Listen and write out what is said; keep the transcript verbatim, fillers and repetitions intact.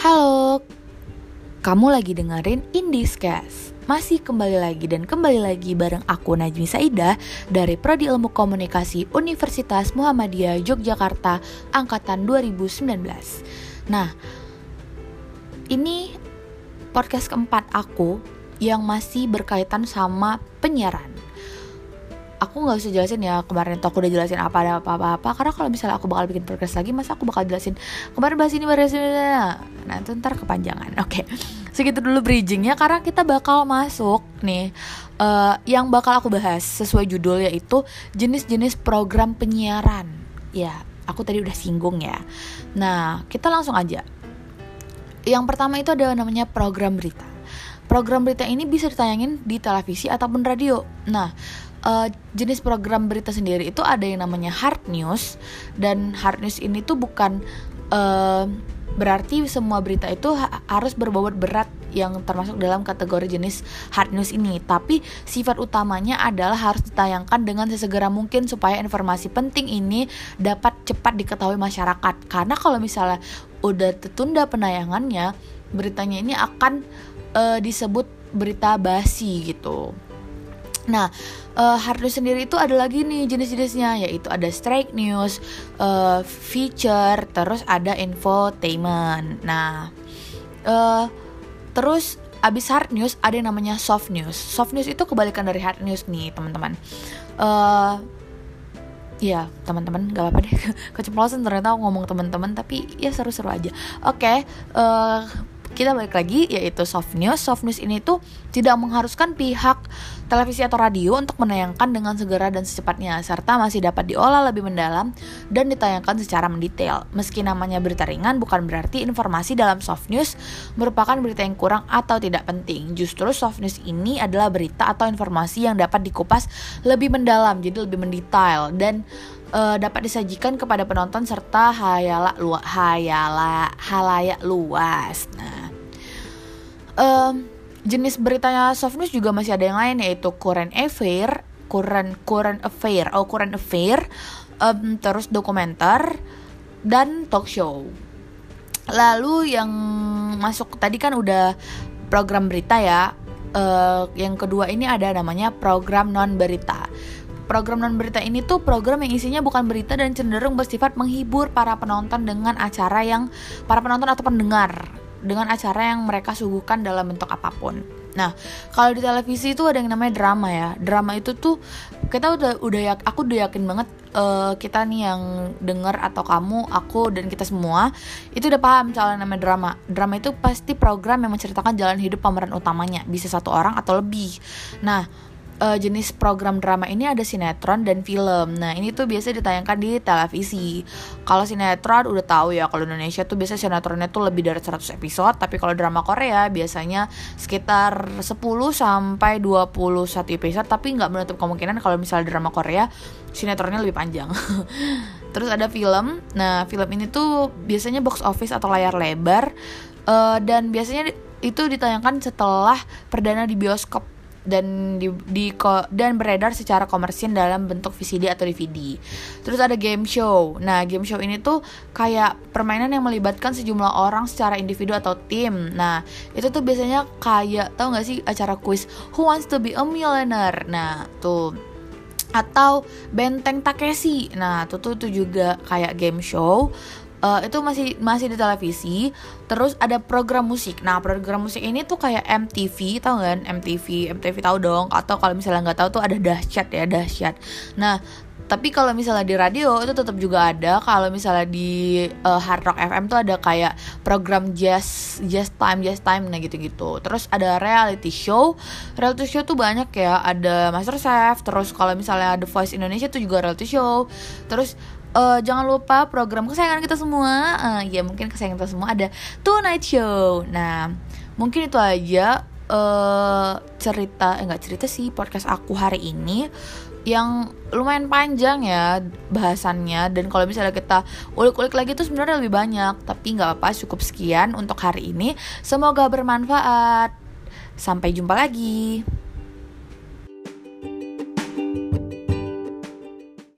Halo, kamu lagi dengerin Indiscast. Masih kembali lagi dan kembali lagi bareng aku Najmi Saidah dari Prodi Ilmu Komunikasi Universitas Muhammadiyah Yogyakarta Angkatan dua ribu sembilan belas. Nah, ini podcast keempat aku yang masih berkaitan sama penyiaran. Aku gak usah jelasin ya, kemarin tuh aku udah jelasin apa ada apa-apa Karena kalau misalnya aku bakal bikin podcast lagi, masa aku bakal jelasin kemarin bahas ini, bahas ini. Nah itu ntar kepanjangan. Oke, segitu dulu bridgingnya, karena kita bakal masuk nih uh, yang bakal aku bahas sesuai judul, yaitu jenis-jenis program penyiaran. Ya, aku tadi udah singgung ya. Nah, kita langsung aja. Yang pertama itu ada namanya program berita. Program berita ini bisa ditayangin di televisi ataupun radio. Nah, Uh, jenis program berita sendiri itu ada yang namanya hard news. Dan hard news ini tuh bukan uh, berarti semua berita itu ha- harus berbobot berat yang termasuk dalam kategori jenis hard news ini. Tapi sifat utamanya adalah harus ditayangkan dengan sesegera mungkin supaya informasi penting ini dapat cepat diketahui masyarakat. Karena kalau misalnya udah tertunda penayangannya, beritanya ini akan uh, disebut berita basi gitu. Nah, uh, hard news sendiri itu ada lagi nih jenis-jenisnya, yaitu ada straight news, uh, feature, terus ada infotainment. Nah, uh, terus abis hard news ada yang namanya soft news. Soft news itu kebalikan dari hard news nih, teman-teman. Uh, Ya teman-teman, gak apa-apa deh keceplosan ternyata aku ngomong teman-teman, tapi ya seru-seru aja. Oke, okay, uh, kita balik lagi, yaitu soft news. Soft news ini tuh tidak mengharuskan pihak televisi atau radio untuk menayangkan dengan segera dan secepatnya, serta masih dapat diolah lebih mendalam dan ditayangkan secara mendetail. Meski namanya berita ringan, bukan berarti informasi dalam soft news merupakan berita yang kurang atau tidak penting. Justru soft news ini adalah berita atau informasi yang dapat dikupas lebih mendalam, jadi lebih mendetail, dan Uh, dapat disajikan kepada penonton serta hayala luas, hayala halayak luas. Nah, um, jenis beritanya soft news juga masih ada yang lain, yaitu current affair, current current affair, oh current affair, um, terus dokumenter dan talk show. Lalu yang masuk tadi kan udah program berita ya. Uh, yang kedua ini ada namanya program non berita. Program non berita ini tuh program yang isinya bukan berita dan cenderung bersifat menghibur para penonton dengan acara yang para penonton atau pendengar dengan acara yang mereka suguhkan dalam bentuk apapun. Nah, kalau di televisi itu ada yang namanya drama ya. Drama itu tuh kita udah udah ya, aku udah yakin banget uh, kita nih yang denger atau kamu, aku dan kita semua itu udah paham soal namanya drama. Drama itu pasti program yang menceritakan jalan hidup pemeran utamanya, bisa satu orang atau lebih. Nah, Uh, jenis program drama ini ada sinetron dan film. Nah, ini tuh biasa ditayangkan di televisi. Kalau sinetron udah tahu ya, kalau Indonesia tuh biasa sinetronnya tuh lebih dari seratus episode, tapi kalau drama Korea biasanya sekitar sepuluh sampai dua puluh satu episode, tapi nggak menutup kemungkinan kalau misalnya drama Korea sinetronnya lebih panjang. Terus ada film. Nah, film ini tuh biasanya box office atau layar lebar, uh, dan biasanya itu ditayangkan setelah perdana di bioskop dan di, di dan beredar secara komersil dalam bentuk V C D atau D V D. Terus ada game show. Nah, game show ini tuh kayak permainan yang melibatkan sejumlah orang secara individu atau tim. Nah, itu tuh biasanya kayak, tahu nggak sih acara quiz Who Wants to Be a Millionaire? Nah, tuh atau Benteng Takeshi. Nah, tuh tuh, tuh juga kayak game show. Uh, itu masih masih di televisi. Terus ada program musik. Nah, program musik ini tuh kayak M T V, tahu kan? M T V, M T V tahu dong. Atau kalau misalnya nggak tahu tuh ada Dahsyat ya, Dahsyat. Nah, tapi kalau misalnya di radio itu tetap juga ada. Kalau misalnya di uh, Hard Rock F M tuh ada kayak program jazz, jazz time, jazz time, nah gitu-gitu. Terus ada reality show. Reality show tuh banyak ya. Ada MasterChef. Terus kalau misalnya The Voice Indonesia tuh juga reality show. Terus Uh, jangan lupa program kesayangan kita semua, uh, ya mungkin kesayangan kita semua ada Tonight Show. Nah, mungkin itu aja uh, cerita, eh nggak cerita sih podcast aku hari ini yang lumayan panjang ya bahasannya. Dan kalau misalnya kita ulik-ulik lagi tuh sebenarnya lebih banyak, tapi nggak apa-apa, cukup sekian untuk hari ini. Semoga bermanfaat. Sampai jumpa lagi.